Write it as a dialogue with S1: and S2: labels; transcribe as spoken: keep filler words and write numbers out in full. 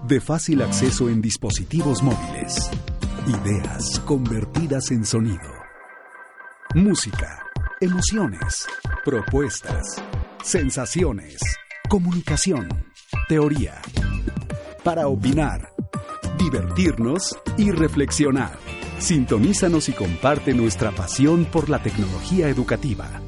S1: de fácil acceso en dispositivos móviles. Ideas convertidas en sonido. Música, emociones, propuestas, sensaciones, comunicación, teoría. Para opinar, divertirnos y reflexionar. Sintonízanos y comparte nuestra pasión por la tecnología educativa.